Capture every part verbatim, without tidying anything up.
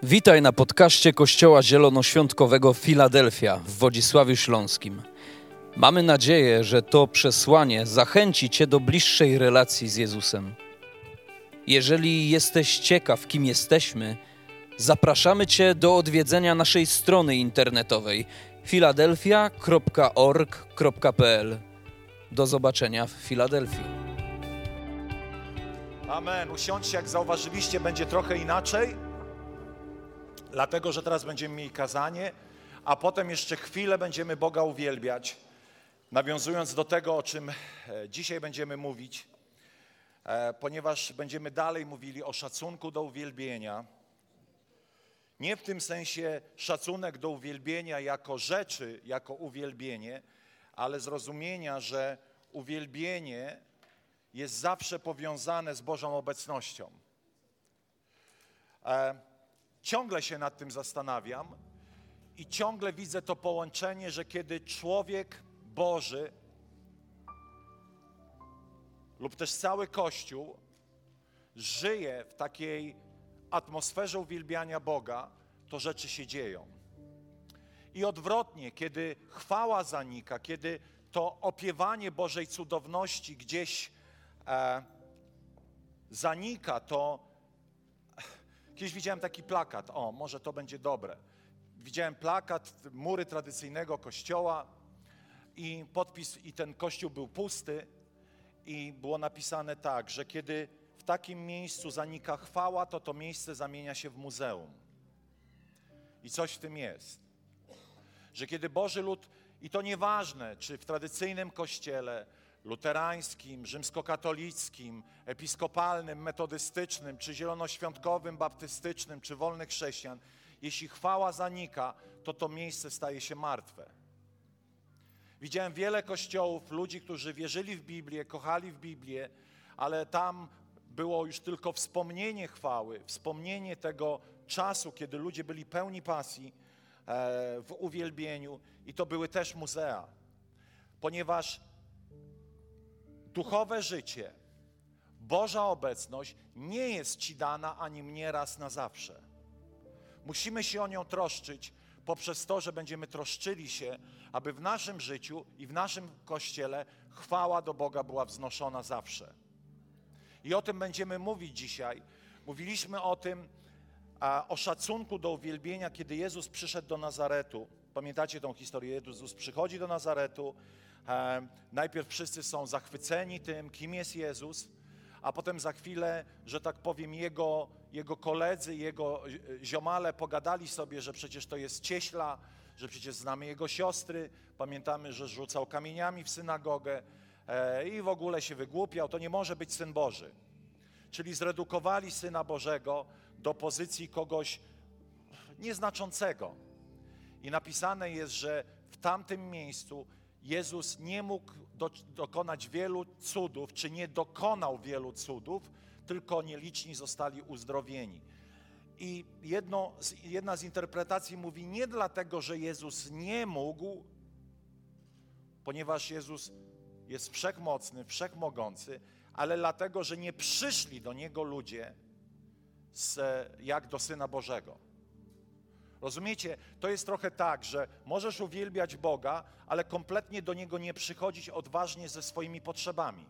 Witaj na podcaście Kościoła Zielonoświątkowego Filadelfia w Wodzisławiu Śląskim. Mamy nadzieję, że to przesłanie zachęci Cię do bliższej relacji z Jezusem. Jeżeli jesteś ciekaw, kim jesteśmy, zapraszamy Cię do odwiedzenia naszej strony internetowej filadelfia kropka org kropka p l. Do zobaczenia w Filadelfii. Amen. Usiądźcie, jak zauważyliście, będzie trochę inaczej, dlatego że teraz będziemy mieli kazanie, a potem jeszcze chwilę będziemy Boga uwielbiać, nawiązując do tego, o czym dzisiaj będziemy mówić, ponieważ będziemy dalej mówili o szacunku do uwielbienia. Nie w tym sensie szacunek do uwielbienia jako rzeczy, jako uwielbienie, ale zrozumienia, że uwielbienie jest zawsze powiązane z Bożą obecnością. E, ciągle się nad tym zastanawiam i ciągle widzę to połączenie, że kiedy człowiek Boży lub też cały Kościół żyje w takiej atmosferze uwielbiania Boga, to rzeczy się dzieją. I odwrotnie, kiedy chwała zanika, kiedy to opiewanie Bożej cudowności gdzieś e, zanika, to kiedyś widziałem taki plakat, o, może to będzie dobre. Widziałem plakat, mury tradycyjnego kościoła i podpis, i ten kościół był pusty i było napisane tak, że kiedy w takim miejscu zanika chwała, to to miejsce zamienia się w muzeum. I coś w tym jest. Że kiedy Boży lud, i to nieważne, czy w tradycyjnym kościele, luterańskim, rzymskokatolickim, episkopalnym, metodystycznym, czy zielonoświątkowym, baptystycznym, czy wolnych chrześcijan, jeśli chwała zanika, to to miejsce staje się martwe. Widziałem wiele kościołów, ludzi, którzy wierzyli w Biblię, kochali w Biblię, ale tam było już tylko wspomnienie chwały, wspomnienie tego czasu, kiedy ludzie byli pełni pasji e, w uwielbieniu i to były też muzea, ponieważ duchowe życie, Boża obecność nie jest Ci dana ani mnie raz na zawsze. Musimy się o nią troszczyć poprzez to, że będziemy troszczyli się, aby w naszym życiu i w naszym Kościele chwała do Boga była wznoszona zawsze. I o tym będziemy mówić dzisiaj. Mówiliśmy o tym, a, o szacunku do uwielbienia, kiedy Jezus przyszedł do Nazaretu. Pamiętacie tą historię? Jezus przychodzi do Nazaretu. E, najpierw wszyscy są zachwyceni tym, kim jest Jezus, a potem za chwilę, że tak powiem, jego, jego koledzy, jego ziomale pogadali sobie, że przecież to jest cieśla, że przecież znamy jego siostry, pamiętamy, że rzucał kamieniami w synagogę e, i w ogóle się wygłupiał, to nie może być Syn Boży. Czyli zredukowali Syna Bożego do pozycji kogoś nieznaczącego. I napisane jest, że w tamtym miejscu Jezus nie mógł do, dokonać wielu cudów, czy nie dokonał wielu cudów, tylko nieliczni zostali uzdrowieni. I jedno, jedna z interpretacji mówi nie dlatego, że Jezus nie mógł, ponieważ Jezus jest wszechmocny, wszechmogący, ale dlatego, że nie przyszli do Niego ludzie z, jak do Syna Bożego. Rozumiecie? To jest trochę tak, że możesz uwielbiać Boga, ale kompletnie do Niego nie przychodzić odważnie ze swoimi potrzebami.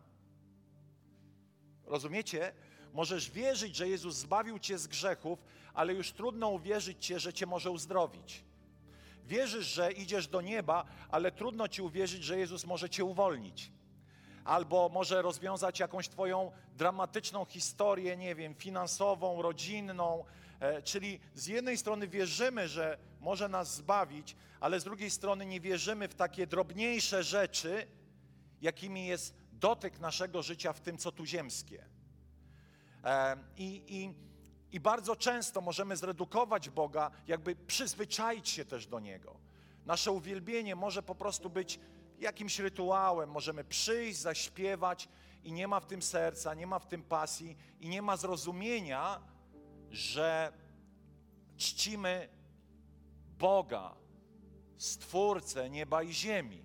Rozumiecie? Możesz wierzyć, że Jezus zbawił Cię z grzechów, ale już trudno uwierzyć Cię, że Cię może uzdrowić. Wierzysz, że idziesz do nieba, ale trudno Ci uwierzyć, że Jezus może Cię uwolnić. Albo może rozwiązać jakąś Twoją dramatyczną historię, nie wiem, finansową, rodzinną. E, czyli z jednej strony wierzymy, że może nas zbawić, ale z drugiej strony nie wierzymy w takie drobniejsze rzeczy, jakimi jest dotyk naszego życia w tym, co tu ziemskie. E, i, i, I bardzo często możemy zredukować Boga, jakby przyzwyczaić się też do Niego. Nasze uwielbienie może po prostu być jakimś rytuałem, możemy przyjść, zaśpiewać i nie ma w tym serca, nie ma w tym pasji i nie ma zrozumienia, że czcimy Boga, Stwórcę nieba i ziemi.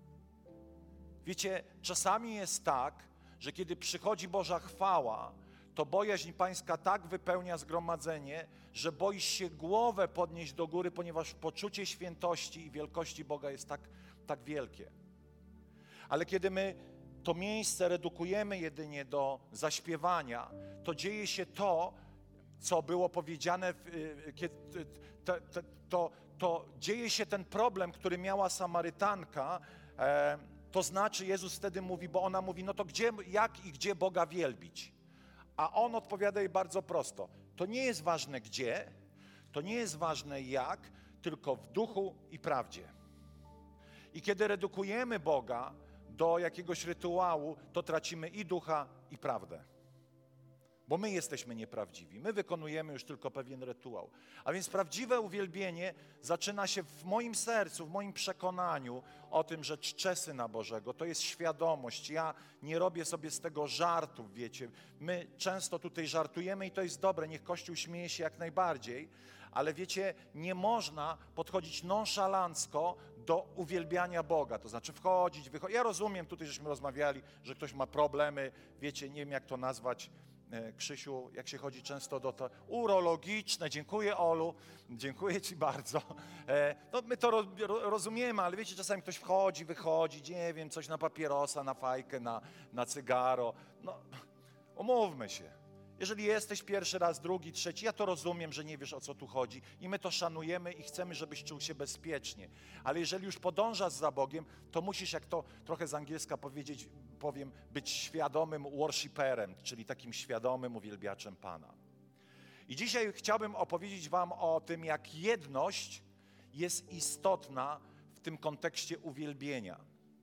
Wiecie, czasami jest tak, że kiedy przychodzi Boża chwała, to bojaźń pańska tak wypełnia zgromadzenie, że boisz się głowę podnieść do góry, ponieważ poczucie świętości i wielkości Boga jest tak, tak wielkie. Ale kiedy my to miejsce redukujemy jedynie do zaśpiewania, to dzieje się to, co było powiedziane, kiedy to, to, to, to dzieje się ten problem, który miała Samarytanka, e, to znaczy Jezus wtedy mówi, bo ona mówi, no to gdzie, jak i gdzie Boga wielbić? A On odpowiada jej bardzo prosto, to nie jest ważne gdzie, to nie jest ważne jak, tylko w duchu i prawdzie. I kiedy redukujemy Boga do jakiegoś rytuału, to tracimy i ducha, i prawdę. Bo my jesteśmy nieprawdziwi. My wykonujemy już tylko pewien rytuał. A więc prawdziwe uwielbienie zaczyna się w moim sercu, w moim przekonaniu o tym, że czczę Syna Bożego. To jest świadomość. Ja nie robię sobie z tego żartów, wiecie. My często tutaj żartujemy i to jest dobre. Niech Kościół śmieje się jak najbardziej. Ale wiecie, nie można podchodzić nonszalancko do uwielbiania Boga. To znaczy wchodzić, wychodzić. Ja rozumiem, tutaj żeśmy rozmawiali, że ktoś ma problemy. Wiecie, nie wiem jak to nazwać. Krzysiu, jak się chodzi często do to urologiczne, dziękuję Olu, dziękuję Ci bardzo. No my to rozumiemy, ale wiecie, czasami ktoś wchodzi, wychodzi, nie wiem, coś na papierosa, na fajkę, na, na cygaro. No, umówmy się. Jeżeli jesteś pierwszy raz, drugi, trzeci, ja to rozumiem, że nie wiesz, o co tu chodzi i my to szanujemy i chcemy, żebyś czuł się bezpiecznie. Ale jeżeli już podążasz za Bogiem, to musisz, jak to trochę z angielska powiedzieć, powiem, być świadomym worshiperem, czyli takim świadomym uwielbiaczem Pana. I dzisiaj chciałbym opowiedzieć wam o tym, jak jedność jest istotna w tym kontekście uwielbienia.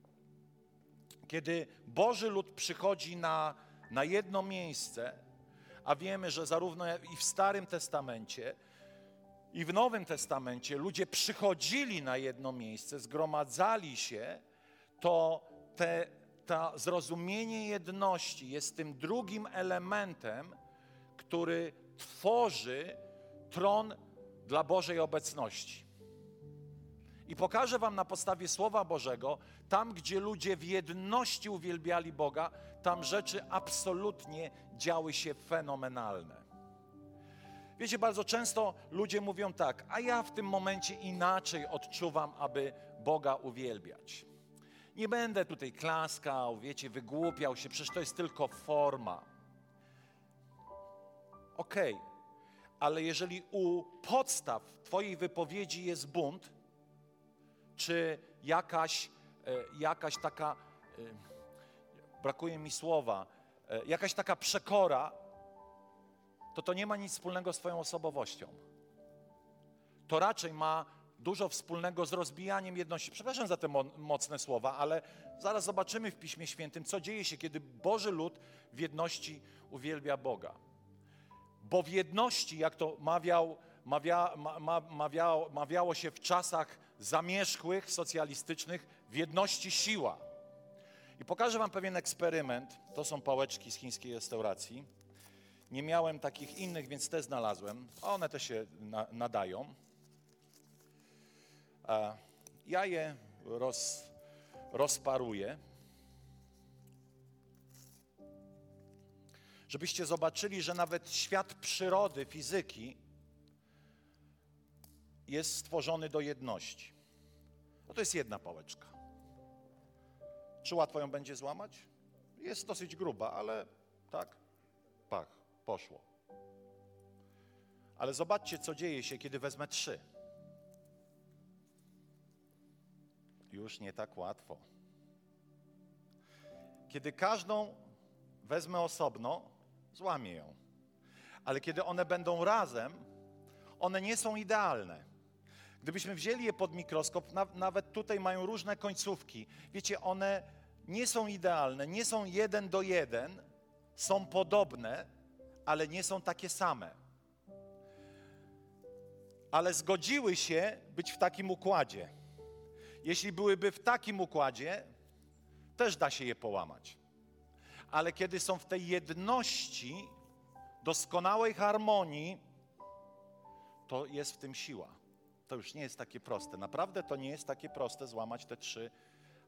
Kiedy Boży lud przychodzi na, na jedno miejsce, a wiemy, że zarówno i w Starym Testamencie, i w Nowym Testamencie ludzie przychodzili na jedno miejsce, zgromadzali się, to te, to zrozumienie jedności jest tym drugim elementem, który tworzy tron dla Bożej obecności. I pokażę wam na podstawie Słowa Bożego, tam gdzie ludzie w jedności uwielbiali Boga, tam rzeczy absolutnie działy się fenomenalne. Wiecie, bardzo często ludzie mówią tak, a ja w tym momencie inaczej odczuwam, aby Boga uwielbiać. Nie będę tutaj klaskał, wiecie, wygłupiał się, przecież to jest tylko forma. Okej, okay. Ale jeżeli u podstaw twojej wypowiedzi jest bunt, czy jakaś, jakaś taka, brakuje mi słowa, jakaś taka przekora, to to nie ma nic wspólnego z twoją osobowością. To raczej ma dużo wspólnego z rozbijaniem jedności. Przepraszam za te mo- mocne słowa, ale zaraz zobaczymy w Piśmie Świętym, co dzieje się, kiedy Boży lud w jedności uwielbia Boga. Bo w jedności, jak to mawiał, mawia, ma, mawiało, mawiało się w czasach zamierzchłych, socjalistycznych, w jedności siła. I pokażę wam pewien eksperyment. To są pałeczki z chińskiej restauracji. Nie miałem takich innych, więc te znalazłem. One też się na, nadają. A ja je roz, rozparuję, żebyście zobaczyli, że nawet świat przyrody, fizyki jest stworzony do jedności. No to jest jedna pałeczka. Czy łatwo ją będzie złamać? Jest dosyć gruba, ale tak, pach, poszło. Ale zobaczcie, co dzieje się, kiedy wezmę trzy. Już nie tak łatwo. Kiedy każdą wezmę osobno, złamię ją. Ale kiedy one będą razem, one nie są idealne. Gdybyśmy wzięli je pod mikroskop, na, nawet tutaj mają różne końcówki. Wiecie, one nie są idealne, nie są jeden do jeden, są podobne, ale nie są takie same. Ale zgodziły się być w takim układzie. Jeśli byłyby w takim układzie, też da się je połamać. Ale kiedy są w tej jedności, doskonałej harmonii, to jest w tym siła. To już nie jest takie proste. Naprawdę to nie jest takie proste złamać te trzy,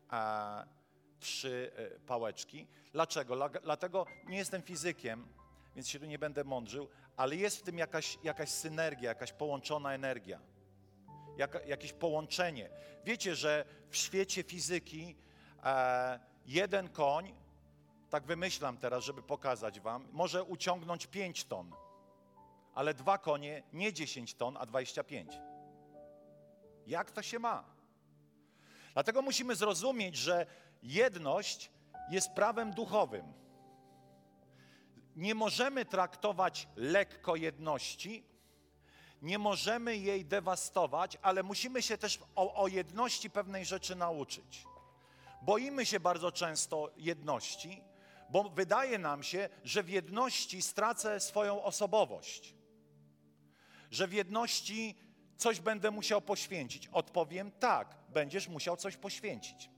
a, trzy pałeczki. Dlaczego? Dlatego nie jestem fizykiem, więc się tu nie będę mądrzył, ale jest w tym jakaś, jakaś synergia, jakaś połączona energia, jaka, jakieś połączenie. Wiecie, że w świecie fizyki e, jeden koń, tak wymyślam teraz, żeby pokazać wam, może uciągnąć pięć ton, ale dwa konie nie dziesięć ton, a dwadzieścia pięć. Jak to się ma? Dlatego musimy zrozumieć, że jedność jest prawem duchowym. Nie możemy traktować lekko jedności, nie możemy jej dewastować, ale musimy się też o, o jedności pewnej rzeczy nauczyć. Boimy się bardzo często jedności, bo wydaje nam się, że w jedności stracę swoją osobowość, że w jedności coś będę musiał poświęcić. Odpowiem tak, będziesz musiał coś poświęcić.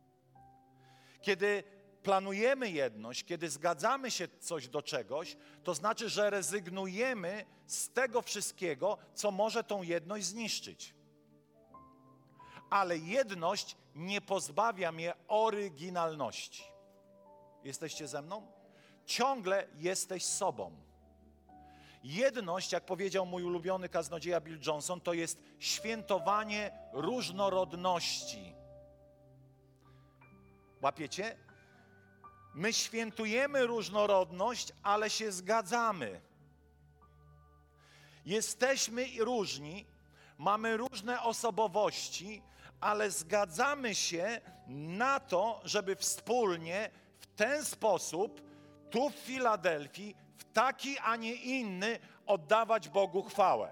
Kiedy planujemy jedność, kiedy zgadzamy się coś do czegoś, to znaczy, że rezygnujemy z tego wszystkiego, co może tą jedność zniszczyć. Ale jedność nie pozbawia mnie oryginalności. Jesteście ze mną? Ciągle jesteś sobą. Jedność, jak powiedział mój ulubiony kaznodzieja Bill Johnson, to jest świętowanie różnorodności. Łapiecie? My świętujemy różnorodność, ale się zgadzamy. Jesteśmy różni, mamy różne osobowości, ale zgadzamy się na to, żeby wspólnie w ten sposób tu w Filadelfii, w taki, a nie inny, oddawać Bogu chwałę.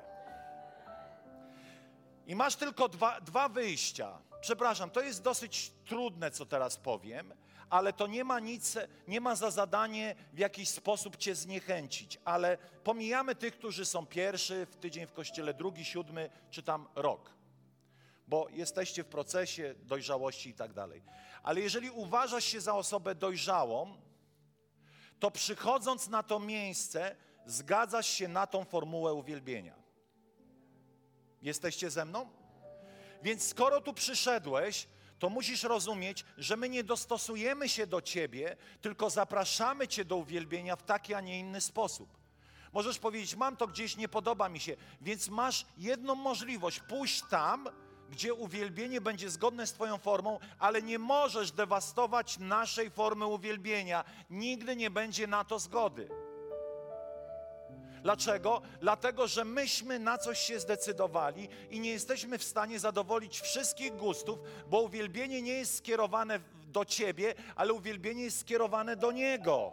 I masz tylko dwa, dwa wyjścia. Przepraszam, to jest dosyć trudne, co teraz powiem, ale to nie ma nic, nie ma za zadanie w jakiś sposób cię zniechęcić, ale pomijamy tych, którzy są pierwszy w tydzień w kościele, drugi, siódmy, czy tam rok, bo jesteście w procesie dojrzałości i tak dalej. Ale jeżeli uważasz się za osobę dojrzałą, to przychodząc na to miejsce, zgadzasz się na tą formułę uwielbienia. Jesteście ze mną? Więc skoro tu przyszedłeś, to musisz rozumieć, że my nie dostosujemy się do Ciebie, tylko zapraszamy Cię do uwielbienia w taki, a nie inny sposób. Możesz powiedzieć, mam to gdzieś, nie podoba mi się, więc masz jedną możliwość, pójść tam, gdzie uwielbienie będzie zgodne z Twoją formą, ale nie możesz dewastować naszej formy uwielbienia. Nigdy nie będzie na to zgody. Dlaczego? Dlatego, że myśmy na coś się zdecydowali i nie jesteśmy w stanie zadowolić wszystkich gustów, bo uwielbienie nie jest skierowane do Ciebie, ale uwielbienie jest skierowane do Niego.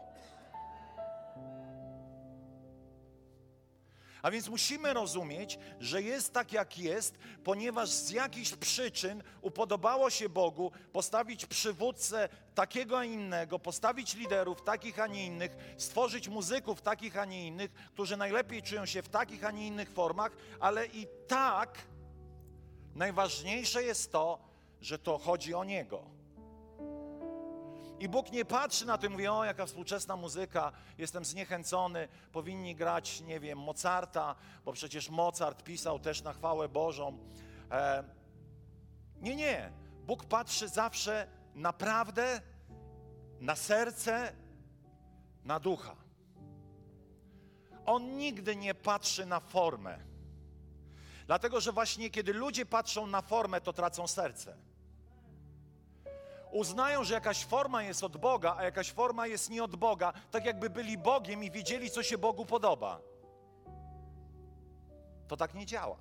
A więc musimy rozumieć, że jest tak, jak jest, ponieważ z jakichś przyczyn upodobało się Bogu postawić przywódcę takiego, a innego, postawić liderów takich, a nie innych, stworzyć muzyków takich, a nie innych, którzy najlepiej czują się w takich, a nie innych formach, ale i tak najważniejsze jest to, że to chodzi o Niego. I Bóg nie patrzy na to i mówi, o jaka współczesna muzyka, jestem zniechęcony, powinni grać, nie wiem, Mozarta, bo przecież Mozart pisał też na chwałę Bożą. E, nie, nie. Bóg patrzy zawsze naprawdę na serce, na ducha. On nigdy nie patrzy na formę. Dlatego, że właśnie kiedy ludzie patrzą na formę, to tracą serce. Uznają, że jakaś forma jest od Boga, a jakaś forma jest nie od Boga, tak jakby byli Bogiem i wiedzieli, co się Bogu podoba. To tak nie działa.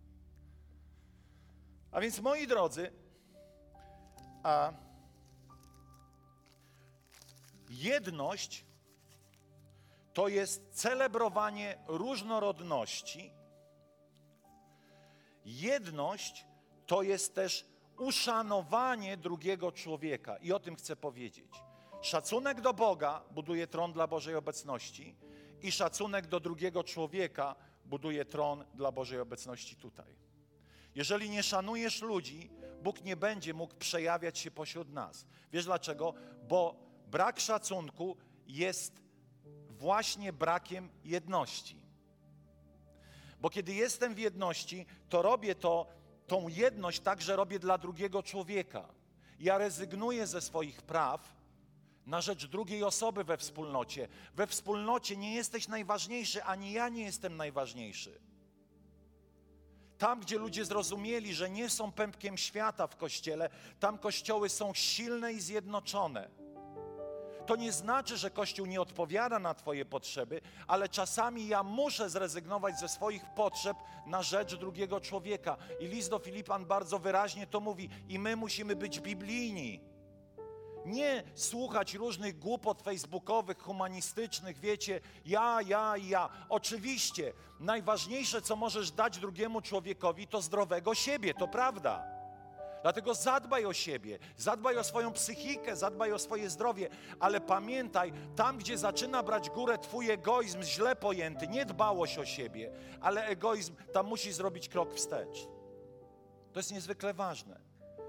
A więc, moi drodzy, a jedność to jest celebrowanie różnorodności. Jedność to jest też uszanowanie drugiego człowieka. I o tym chcę powiedzieć. Szacunek do Boga buduje tron dla Bożej obecności i szacunek do drugiego człowieka buduje tron dla Bożej obecności tutaj. Jeżeli nie szanujesz ludzi, Bóg nie będzie mógł przejawiać się pośród nas. Wiesz dlaczego? Bo brak szacunku jest właśnie brakiem jedności. Bo kiedy jestem w jedności, to robię to tą jedność także robię dla drugiego człowieka. Ja rezygnuję ze swoich praw na rzecz drugiej osoby we wspólnocie. We wspólnocie nie jesteś najważniejszy, ani ja nie jestem najważniejszy. Tam, gdzie ludzie zrozumieli, że nie są pępkiem świata w Kościele, tam kościoły są silne i zjednoczone. To nie znaczy, że Kościół nie odpowiada na twoje potrzeby, ale czasami ja muszę zrezygnować ze swoich potrzeb na rzecz drugiego człowieka. I list do Filipan bardzo wyraźnie to mówi. I my musimy być biblijni. Nie słuchać różnych głupot facebookowych, humanistycznych, wiecie, ja, ja i ja. Oczywiście najważniejsze, co możesz dać drugiemu człowiekowi, to zdrowego siebie, to prawda. Dlatego zadbaj o siebie, zadbaj o swoją psychikę, zadbaj o swoje zdrowie, ale pamiętaj, tam gdzie zaczyna brać górę twój egoizm źle pojęty, nie dbałość o siebie, ale egoizm, tam musi zrobić krok wstecz. To jest niezwykle ważne.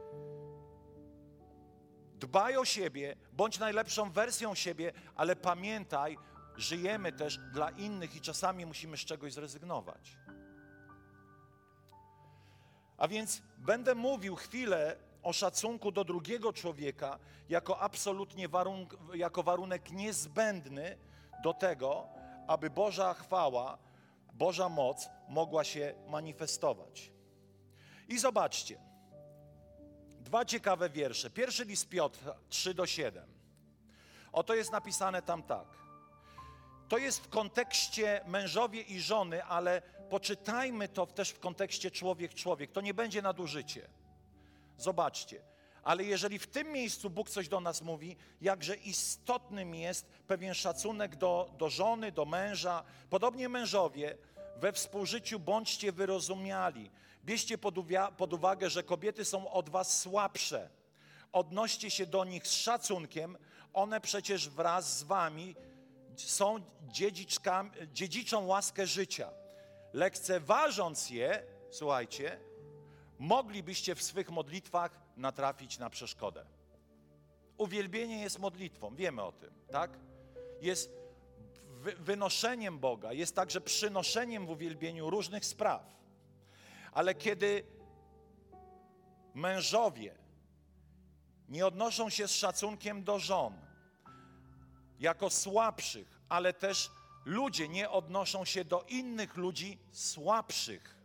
Dbaj o siebie, bądź najlepszą wersją siebie, ale pamiętaj, żyjemy też dla innych i czasami musimy z czegoś zrezygnować. A więc będę mówił chwilę o szacunku do drugiego człowieka jako absolutnie warunk, jako warunek niezbędny do tego, aby Boża chwała, Boża moc mogła się manifestować. I zobaczcie, dwa ciekawe wiersze. Pierwszy list Piotra, trzy do siedem. Oto jest napisane tam tak. To jest w kontekście mężowie i żony, ale poczytajmy to też w kontekście człowiek-człowiek. To nie będzie nadużycie. Zobaczcie. Ale jeżeli w tym miejscu Bóg coś do nas mówi, jakże istotnym jest pewien szacunek do, do żony, do męża. Podobnie mężowie, we współżyciu bądźcie wyrozumiali. Bierzcie pod, uwia- pod uwagę, że kobiety są od was słabsze. Odnoście się do nich z szacunkiem. One przecież wraz z wami są dziedziczkami, dziedziczą łaskę życia. Lekceważąc je, słuchajcie, moglibyście w swych modlitwach natrafić na przeszkodę. Uwielbienie jest modlitwą, wiemy o tym, tak? Jest wy- wynoszeniem Boga, jest także przynoszeniem w uwielbieniu różnych spraw. Ale kiedy mężowie nie odnoszą się z szacunkiem do żon, jako słabszych, ale też ludzie nie odnoszą się do innych ludzi słabszych,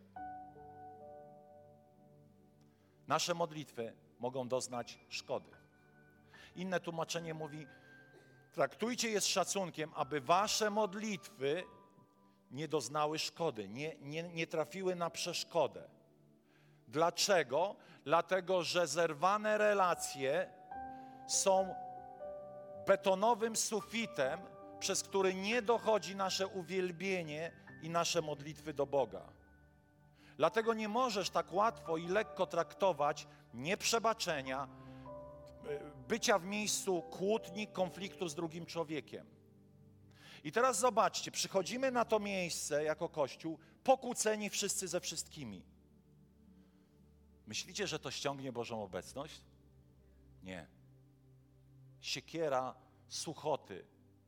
nasze modlitwy mogą doznać szkody. Inne tłumaczenie mówi, traktujcie je z szacunkiem, aby wasze modlitwy nie doznały szkody, nie, nie, nie trafiły na przeszkodę. Dlaczego? Dlatego, że zerwane relacje są betonowym sufitem, przez który nie dochodzi nasze uwielbienie i nasze modlitwy do Boga. Dlatego nie możesz tak łatwo i lekko traktować nieprzebaczenia, bycia w miejscu kłótni, konfliktu z drugim człowiekiem. I teraz zobaczcie, przychodzimy na to miejsce jako Kościół, pokłóceni wszyscy ze wszystkimi. Myślicie, że to ściągnie Bożą obecność? Nie. Siekiera suchoty,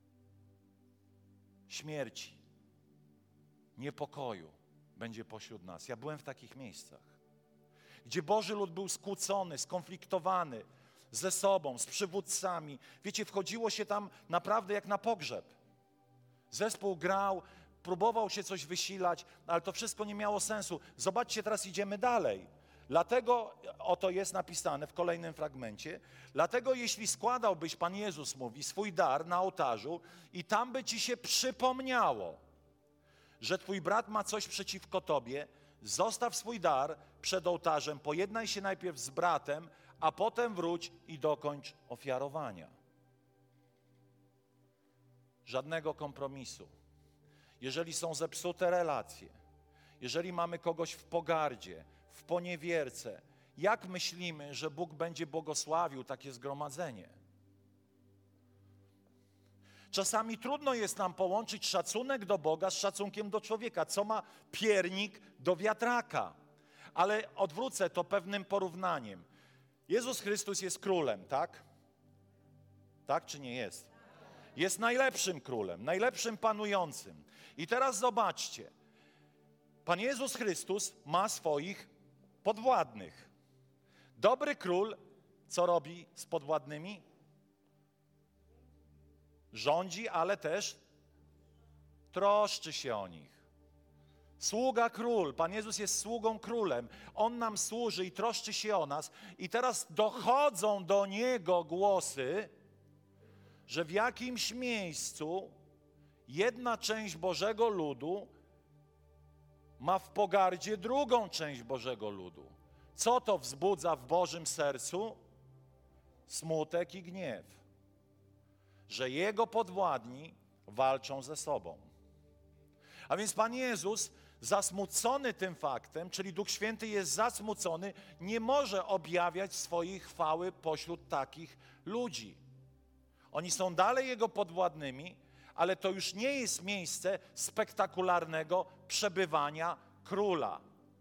śmierci, niepokoju będzie pośród nas. Ja byłem w takich miejscach, gdzie Boży lud był skłócony, skonfliktowany ze sobą, z przywódcami. Wiecie, wchodziło się tam naprawdę jak na pogrzeb. Zespół grał, próbował się coś wysilać, ale to wszystko nie miało sensu. Zobaczcie, teraz idziemy dalej. Dlatego, oto jest napisane w kolejnym fragmencie, dlatego jeśli składałbyś, Pan Jezus mówi, swój dar na ołtarzu i tam by ci się przypomniało, że twój brat ma coś przeciwko tobie, zostaw swój dar przed ołtarzem, pojednaj się najpierw z bratem, a potem wróć i dokończ ofiarowania. Żadnego kompromisu. Jeżeli są zepsute relacje, jeżeli mamy kogoś w pogardzie, w poniewierce, jak myślimy, że Bóg będzie błogosławił takie zgromadzenie? Czasami trudno jest nam połączyć szacunek do Boga z szacunkiem do człowieka. Co ma piernik do wiatraka? Ale odwrócę to pewnym porównaniem. Jezus Chrystus jest królem, tak? Tak czy nie jest? Jest najlepszym królem, najlepszym panującym. I teraz zobaczcie. Pan Jezus Chrystus ma swoich podwładnych. Dobry król, co robi z podwładnymi? Rządzi, ale też troszczy się o nich. Sługa król, Pan Jezus jest sługą królem. On nam służy i troszczy się o nas. I teraz dochodzą do Niego głosy, że w jakimś miejscu jedna część Bożego ludu ma w pogardzie drugą część Bożego ludu. Co to wzbudza w Bożym sercu? Smutek i gniew. Że Jego podwładni walczą ze sobą. A więc Pan Jezus, zasmucony tym faktem, czyli Duch Święty jest zasmucony, nie może objawiać swojej chwały pośród takich ludzi. Oni są dalej Jego podwładnymi, ale to już nie jest miejsce spektakularnego przebywania króla.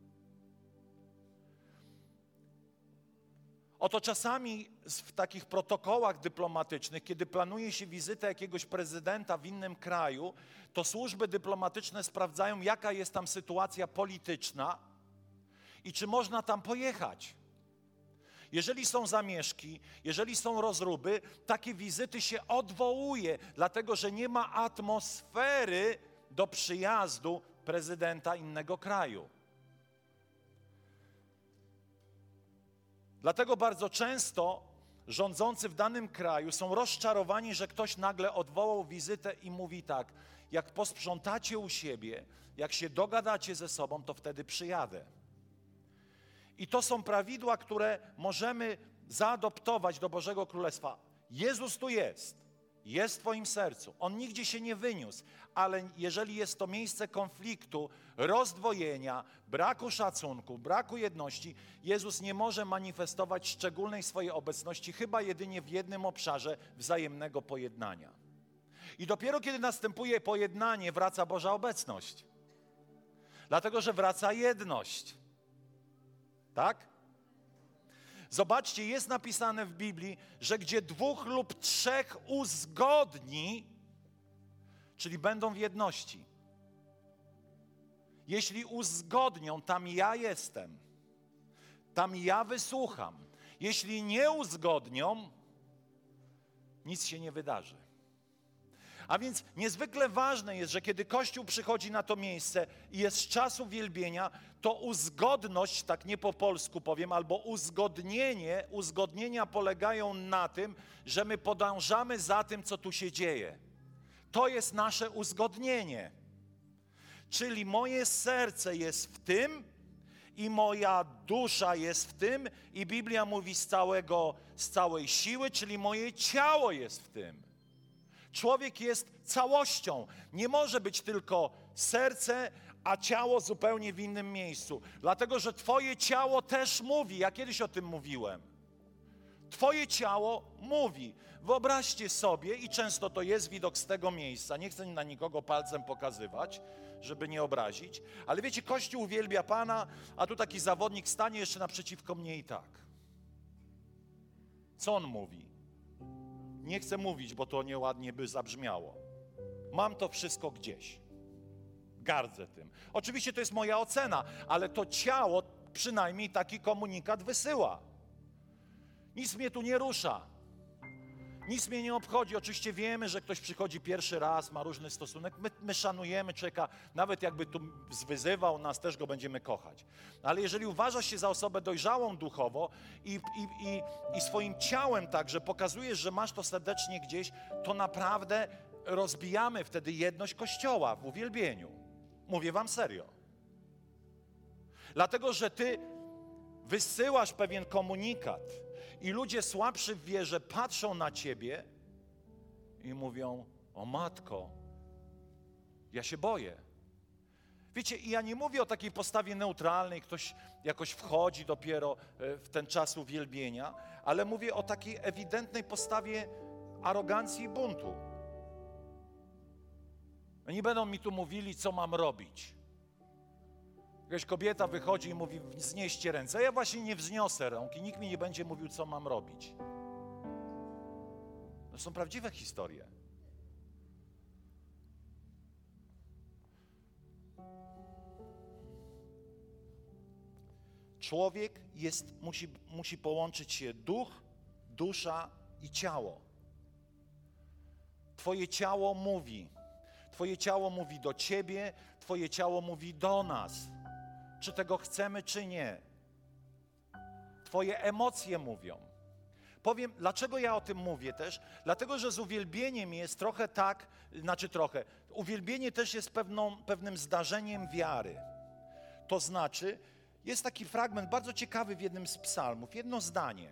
Oto czasami w takich protokołach dyplomatycznych, kiedy planuje się wizytę jakiegoś prezydenta w innym kraju, to służby dyplomatyczne sprawdzają, jaka jest tam sytuacja polityczna i czy można tam pojechać. Jeżeli są zamieszki, jeżeli są rozruby, takie wizyty się odwołuje, dlatego że nie ma atmosfery do przyjazdu prezydenta innego kraju. Dlatego bardzo często rządzący w danym kraju są rozczarowani, że ktoś nagle odwołał wizytę i mówi tak: jak posprzątacie u siebie, jak się dogadacie ze sobą, to wtedy przyjadę. I to są prawidła, które możemy zaadoptować do Bożego Królestwa. Jezus tu jest, jest w twoim sercu. On nigdzie się nie wyniósł, ale jeżeli jest to miejsce konfliktu, rozdwojenia, braku szacunku, braku jedności, Jezus nie może manifestować szczególnej swojej obecności, chyba jedynie w jednym obszarze wzajemnego pojednania. I dopiero kiedy następuje pojednanie, wraca Boża obecność. Dlatego, że wraca jedność. Tak? Zobaczcie, jest napisane w Biblii, że gdzie dwóch lub trzech uzgodni, czyli będą w jedności. Jeśli uzgodnią, tam ja jestem. Tam ja wysłucham. Jeśli nie uzgodnią, nic się nie wydarzy. A więc niezwykle ważne jest, że kiedy Kościół przychodzi na to miejsce i jest z czasu wielbienia, to uzgodność, tak nie po polsku powiem, albo uzgodnienie, uzgodnienia polegają na tym, że my podążamy za tym, co tu się dzieje. To jest nasze uzgodnienie. Czyli moje serce jest w tym i moja dusza jest w tym i Biblia mówi z całego, z całej siły, czyli moje ciało jest w tym. Człowiek jest całością. Nie może być tylko serce, a ciało zupełnie w innym miejscu. Dlatego, że twoje ciało też mówi. Ja kiedyś o tym mówiłem. Twoje ciało mówi. Wyobraźcie sobie, i często to jest widok z tego miejsca, nie chcę na nikogo palcem pokazywać, żeby nie obrazić, ale wiecie, Kościół uwielbia Pana, a tu taki zawodnik stanie jeszcze naprzeciwko mnie i tak. Co on mówi? Nie chcę mówić, bo to nieładnie by zabrzmiało. Mam to wszystko gdzieś. Gardzę tym. Oczywiście to jest moja ocena, ale to ciało przynajmniej taki komunikat wysyła. Nic mnie tu nie rusza. Nic mnie nie obchodzi. Oczywiście wiemy, że ktoś przychodzi pierwszy raz, ma różny stosunek. My, my szanujemy człowieka, nawet jakby tu zwyzywał nas, też go będziemy kochać. Ale jeżeli uważasz się za osobę dojrzałą duchowo i, i, i, i swoim ciałem także pokazujesz, że masz to serdecznie gdzieś, to naprawdę rozbijamy wtedy jedność Kościoła w uwielbieniu. Mówię wam serio. Dlatego, że ty wysyłasz pewien komunikat i ludzie słabszy w wierze patrzą na ciebie i mówią: o matko, ja się boję. Wiecie, i ja nie mówię o takiej postawie neutralnej, ktoś jakoś wchodzi dopiero w ten czas uwielbienia, ale mówię o takiej ewidentnej postawie arogancji i buntu. Nie będą mi tu mówili, co mam robić. Jakaś kobieta wychodzi i mówi: wznieście ręce. Ja właśnie nie wzniosę rąk i nikt mi nie będzie mówił, co mam robić. To są prawdziwe historie. Człowiek jest, musi, musi połączyć się duch, dusza i ciało. Twoje ciało mówi. Twoje ciało mówi do Ciebie, Twoje ciało mówi do nas. Czy tego chcemy, czy nie. Twoje emocje mówią. Powiem, dlaczego ja o tym mówię też? Dlatego, że z uwielbieniem jest trochę tak, znaczy trochę, uwielbienie też jest pewną, pewnym zdarzeniem wiary. To znaczy, jest taki fragment bardzo ciekawy w jednym z psalmów, jedno zdanie.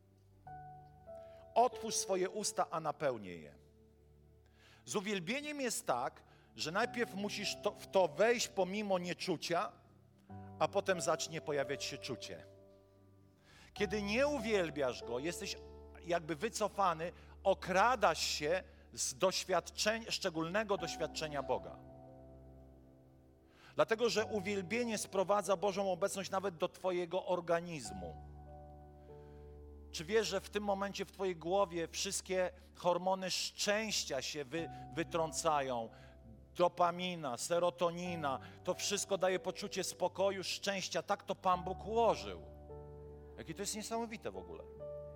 Otwórz swoje usta, a napełnię je. Z uwielbieniem jest tak, że najpierw musisz to, w to wejść pomimo nieczucia, a potem zacznie pojawiać się czucie. Kiedy nie uwielbiasz Go, jesteś jakby wycofany, okradasz się z doświadczenia, szczególnego doświadczenia Boga. Dlatego, że uwielbienie sprowadza Bożą obecność nawet do Twojego organizmu. Czy wiesz, że w tym momencie w Twojej głowie wszystkie hormony szczęścia się wy, wytrącają? Dopamina, serotonina, to wszystko daje poczucie spokoju, szczęścia. Tak to Pan Bóg ułożył. Jakie to jest niesamowite w ogóle.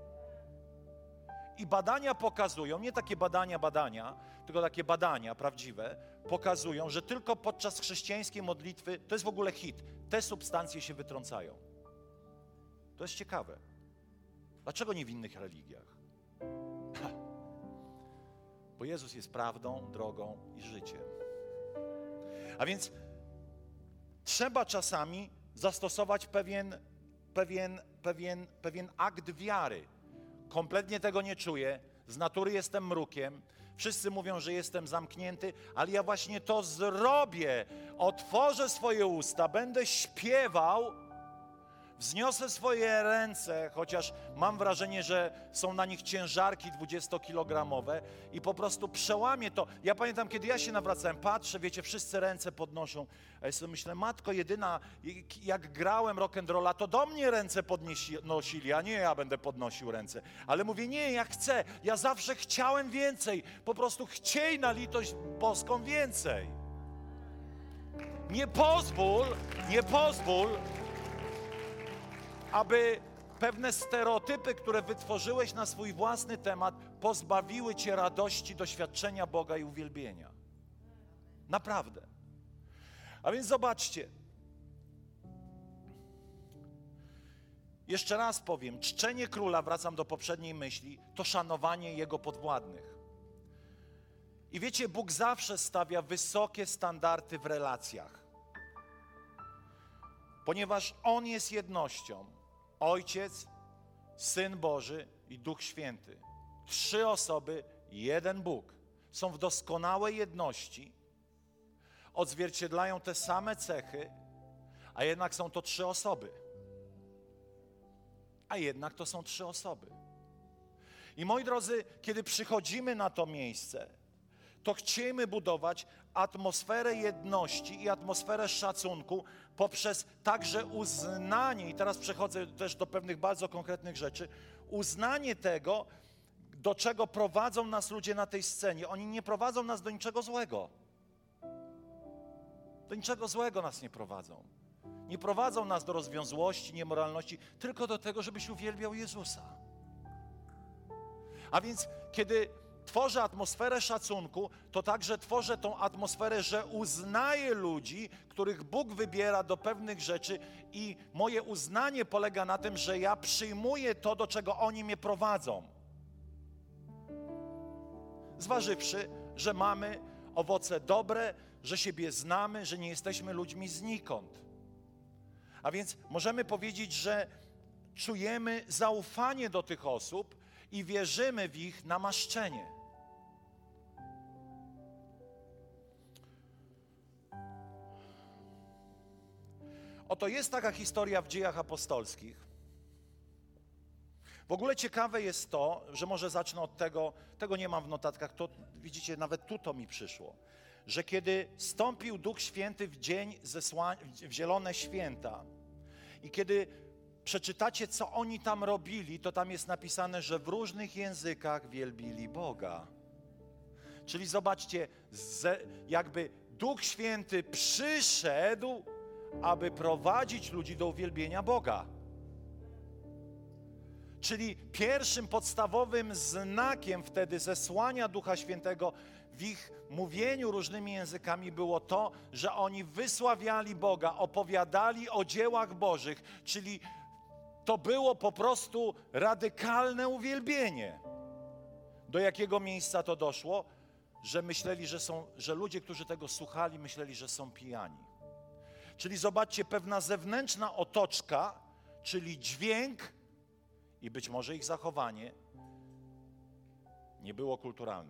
I badania pokazują, nie takie badania, badania, tylko takie badania prawdziwe, pokazują, że tylko podczas chrześcijańskiej modlitwy, to jest w ogóle hit, te substancje się wytrącają. To jest ciekawe. Dlaczego nie w innych religiach? Ha. Bo Jezus jest prawdą, drogą i życiem. A więc trzeba czasami zastosować pewien, pewien, pewien, pewien akt wiary. Kompletnie tego nie czuję, z natury jestem mrukiem, wszyscy mówią, że jestem zamknięty, ale ja właśnie to zrobię. Otworzę swoje usta, będę śpiewał, wzniosę swoje ręce, chociaż mam wrażenie, że są na nich ciężarki dwudziestokilogramowe i po prostu przełamię to. Ja pamiętam, kiedy ja się nawracałem, patrzę, wiecie, wszyscy ręce podnoszą, a ja sobie myślę, Matko jedyna, jak grałem rock'n'rolla, to do mnie ręce podnosili, a nie ja będę podnosił ręce. Ale mówię, nie, ja chcę, ja zawsze chciałem więcej, po prostu chciej na litość boską więcej. Nie pozwól, nie pozwól, aby pewne stereotypy, które wytworzyłeś na swój własny temat, pozbawiły cię radości doświadczenia Boga i uwielbienia. Naprawdę. A więc zobaczcie. Jeszcze raz powiem, czczenie króla, wracam do poprzedniej myśli, to szanowanie jego podwładnych. I wiecie, Bóg zawsze stawia wysokie standardy w relacjach. Ponieważ On jest jednością. Ojciec, Syn Boży i Duch Święty. Trzy osoby, jeden Bóg. Są w doskonałej jedności, odzwierciedlają te same cechy, a jednak są to trzy osoby. A jednak to są trzy osoby. I moi drodzy, kiedy przychodzimy na to miejsce, to chcemy budować atmosferę jedności i atmosferę szacunku poprzez także uznanie, i teraz przechodzę też do pewnych bardzo konkretnych rzeczy, uznanie tego, do czego prowadzą nas ludzie na tej scenie. Oni nie prowadzą nas do niczego złego. Do niczego złego nas nie prowadzą. Nie prowadzą nas do rozwiązłości, niemoralności, tylko do tego, żebyś uwielbiał Jezusa. A więc, kiedy tworzę atmosferę szacunku, to także tworzę tą atmosferę, że uznaję ludzi, których Bóg wybiera do pewnych rzeczy i moje uznanie polega na tym, że ja przyjmuję to, do czego oni mnie prowadzą. Zważywszy, że mamy owoce dobre, że siebie znamy, że nie jesteśmy ludźmi znikąd. A więc możemy powiedzieć, że czujemy zaufanie do tych osób i wierzymy w ich namaszczenie. Oto jest taka historia w Dziejach Apostolskich. W ogóle ciekawe jest to, że może zacznę od tego, tego nie mam w notatkach, to widzicie, nawet tu to mi przyszło, że kiedy stąpił Duch Święty w dzień zesłania, w Zielone Święta i kiedy przeczytacie, co oni tam robili, to tam jest napisane, że w różnych językach wielbili Boga. Czyli zobaczcie, jakby Duch Święty przyszedł, aby prowadzić ludzi do uwielbienia Boga. Czyli pierwszym podstawowym znakiem wtedy zesłania Ducha Świętego w ich mówieniu różnymi językami było to, że oni wysławiali Boga, opowiadali o dziełach Bożych, czyli to było po prostu radykalne uwielbienie. Do jakiego miejsca to doszło? Że myśleli, że są, że ludzie, którzy tego słuchali, myśleli, że są pijani. Czyli zobaczcie, pewna zewnętrzna otoczka, czyli dźwięk i być może ich zachowanie nie było kulturalne.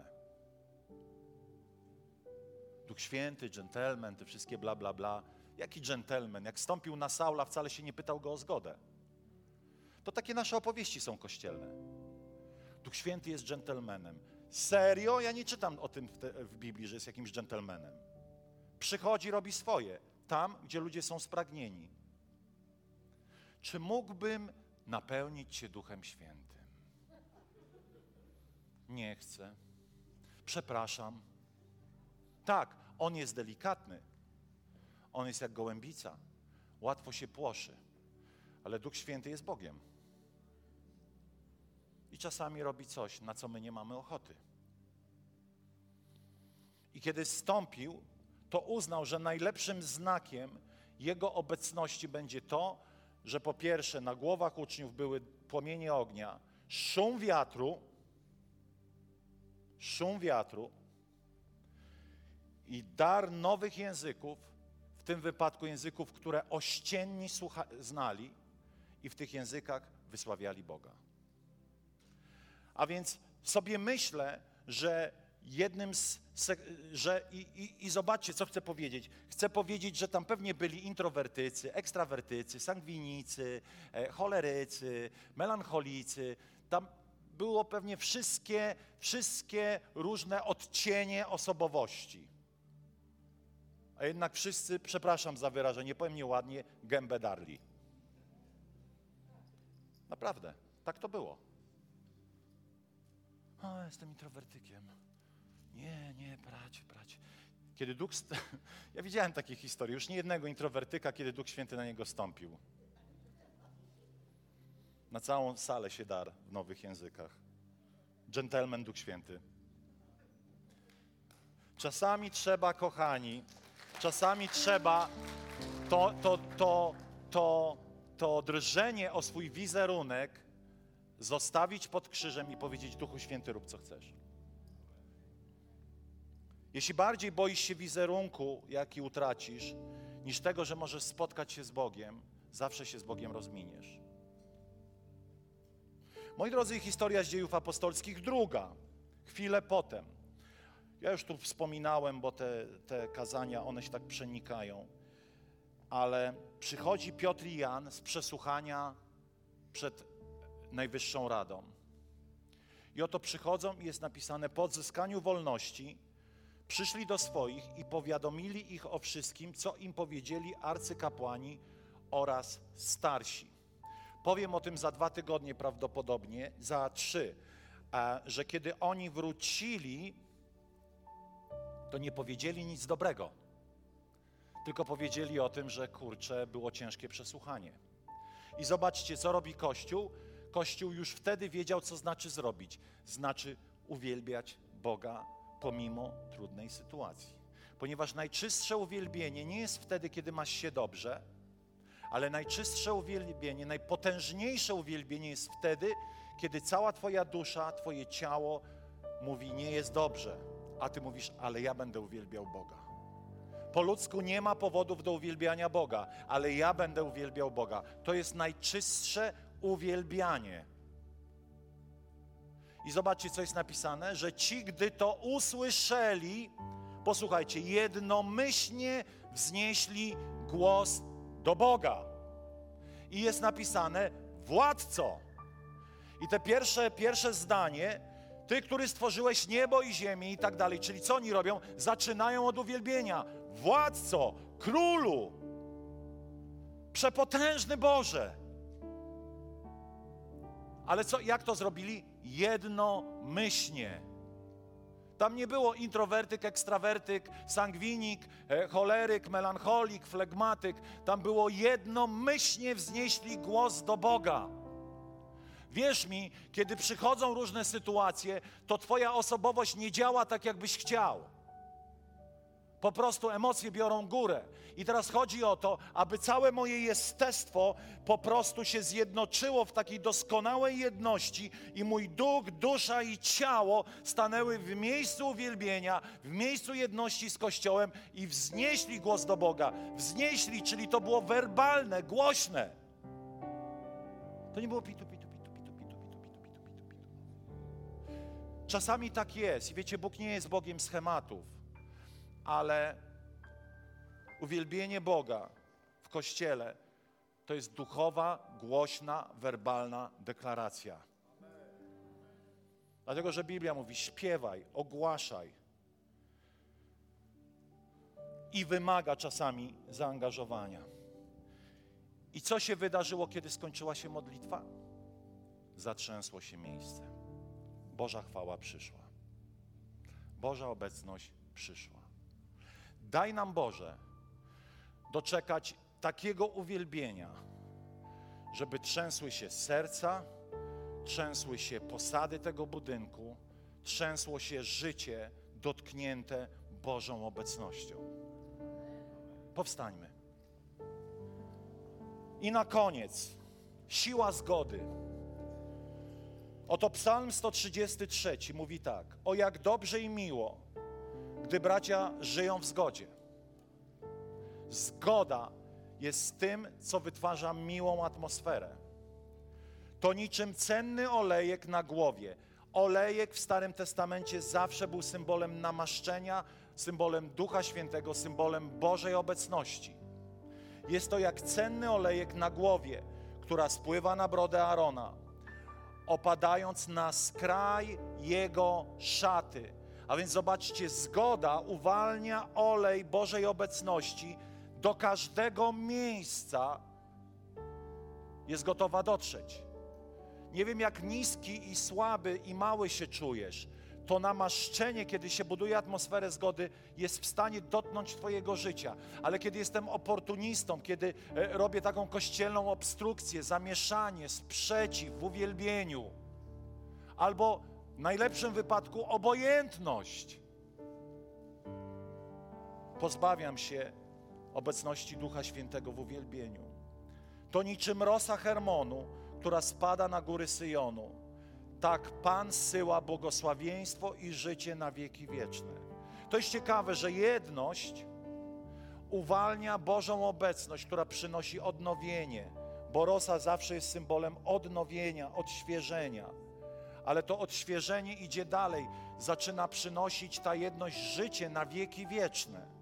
Duch Święty, dżentelmen, te wszystkie bla, bla, bla. Jaki dżentelmen? Jak stąpił na Saula, wcale się nie pytał go o zgodę. To takie nasze opowieści są kościelne. Duch Święty jest dżentelmenem. Serio? Ja nie czytam o tym w, te, w Biblii, że jest jakimś dżentelmenem. Przychodzi, robi swoje. Tam, gdzie ludzie są spragnieni. Czy mógłbym napełnić Cię Duchem Świętym? Nie chcę. Przepraszam. Tak, On jest delikatny. On jest jak gołębica. Łatwo się płoszy. Ale Duch Święty jest Bogiem. I czasami robi coś, na co my nie mamy ochoty. I kiedy zstąpił, to uznał, że najlepszym znakiem Jego obecności będzie to, że po pierwsze na głowach uczniów były płomienie ognia, szum wiatru, szum wiatru i dar nowych języków, w tym wypadku języków, które ościenni słucha- znali i w tych językach wysławiali Boga. A więc sobie myślę, że jednym z... Że, i, i, I zobaczcie, co chcę powiedzieć. Chcę powiedzieć, że tam pewnie byli introwertycy, ekstrawertycy, sangwinicy, e, cholerycy, melancholicy. Tam było pewnie wszystkie, wszystkie różne odcienie osobowości. A jednak wszyscy, przepraszam za wyrażenie, powiem nieładnie, gębę darli. Naprawdę, tak to było. O, jestem introwertykiem. Nie, nie, brać, brać. Kiedy Duch... St... Ja widziałem takie historie, już nie jednego introwertyka, kiedy Duch Święty na niego stąpił. Na całą salę się dar w nowych językach. Dżentelmen Duch Święty. Czasami trzeba, kochani, czasami trzeba to, to, to, to, to drżenie o swój wizerunek zostawić pod krzyżem i powiedzieć: Duchu Święty, rób co chcesz. Jeśli bardziej boisz się wizerunku, jaki utracisz, niż tego, że możesz spotkać się z Bogiem, zawsze się z Bogiem rozminiesz. Moi drodzy, historia z Dziejów Apostolskich druga, chwilę potem. Ja już tu wspominałem, bo te, te kazania, one się tak przenikają, ale przychodzi Piotr i Jan z przesłuchania przed Najwyższą Radą. I oto przychodzą i jest napisane: po odzyskaniu wolności przyszli do swoich i powiadomili ich o wszystkim, co im powiedzieli arcykapłani oraz starsi. Powiem o tym za dwa tygodnie prawdopodobnie, za trzy, że kiedy oni wrócili, to nie powiedzieli nic dobrego, tylko powiedzieli o tym, że kurczę, było ciężkie przesłuchanie. I zobaczcie, co robi Kościół. Kościół już wtedy wiedział, co znaczy zrobić. Znaczy uwielbiać Boga pomimo trudnej sytuacji. Ponieważ najczystsze uwielbienie nie jest wtedy, kiedy masz się dobrze, ale najczystsze uwielbienie, najpotężniejsze uwielbienie jest wtedy, kiedy cała twoja dusza, twoje ciało mówi: nie jest dobrze, a ty mówisz: ale ja będę uwielbiał Boga. Po ludzku nie ma powodów do uwielbiania Boga, ale ja będę uwielbiał Boga. To jest najczystsze uwielbianie. I zobaczcie, co jest napisane, że ci, gdy to usłyszeli, posłuchajcie, jednomyślnie wznieśli głos do Boga. I jest napisane: władco. I te pierwsze, pierwsze zdanie: Ty, który stworzyłeś niebo i ziemię i tak dalej. Czyli co oni robią? Zaczynają od uwielbienia. Władco, królu, przepotężny Boże. Ale co, jak to zrobili? Jednomyślnie. Tam nie było introwertyk, ekstrawertyk, sangwinik, choleryk, melancholik, flegmatyk. Tam było jednomyślnie wznieśli głos do Boga. Wierz mi, kiedy przychodzą różne sytuacje, to twoja osobowość nie działa tak, jakbyś chciał. Po prostu emocje biorą górę. I teraz chodzi o to, aby całe moje jestestwo po prostu się zjednoczyło w takiej doskonałej jedności i mój duch, dusza i ciało stanęły w miejscu uwielbienia, w miejscu jedności z Kościołem i wznieśli głos do Boga. Wznieśli, czyli to było werbalne, głośne. To nie było pitu, pitu, pitu, pitu, pitu, pitu, pitu, pitu, pitu, pitu. Czasami tak jest. I wiecie, Bóg nie jest Bogiem schematów, ale uwielbienie Boga w Kościele to jest duchowa, głośna, werbalna deklaracja. Dlatego, że Biblia mówi: śpiewaj, ogłaszaj. I wymaga czasami zaangażowania. I co się wydarzyło, kiedy skończyła się modlitwa? Zatrzęsło się miejsce. Boża chwała przyszła. Boża obecność przyszła. Daj nam, Boże, doczekać takiego uwielbienia, żeby trzęsły się serca, trzęsły się posady tego budynku, trzęsło się życie dotknięte Bożą obecnością. Powstańmy. I na koniec, siła zgody. Oto Psalm sto trzydziesty trzeci mówi tak: o jak dobrze i miło, gdy bracia żyją w zgodzie. Zgoda jest tym, co wytwarza miłą atmosferę. To niczym cenny olejek na głowie. Olejek w Starym Testamencie zawsze był symbolem namaszczenia, symbolem Ducha Świętego, symbolem Bożej obecności. Jest to jak cenny olejek na głowie, która spływa na brodę Aarona, opadając na skraj jego szaty. A więc zobaczcie, zgoda uwalnia olej Bożej obecności do każdego miejsca, jest gotowa dotrzeć. Nie wiem, jak niski i słaby i mały się czujesz, to namaszczenie, kiedy się buduje atmosferę zgody, jest w stanie dotknąć twojego życia. Ale kiedy jestem oportunistą, kiedy robię taką kościelną obstrukcję, zamieszanie, sprzeciw w uwielbieniu, albo w najlepszym wypadku obojętność, pozbawiam się obecności Ducha Świętego w uwielbieniu. To niczym rosa Hermonu, która spada na góry Syjonu, tak Pan zsyła błogosławieństwo i życie na wieki wieczne. To jest ciekawe, że jedność uwalnia Bożą obecność, która przynosi odnowienie, bo rosa zawsze jest symbolem odnowienia, odświeżenia. Ale to odświeżenie idzie dalej, zaczyna przynosić ta jedność życie na wieki wieczne.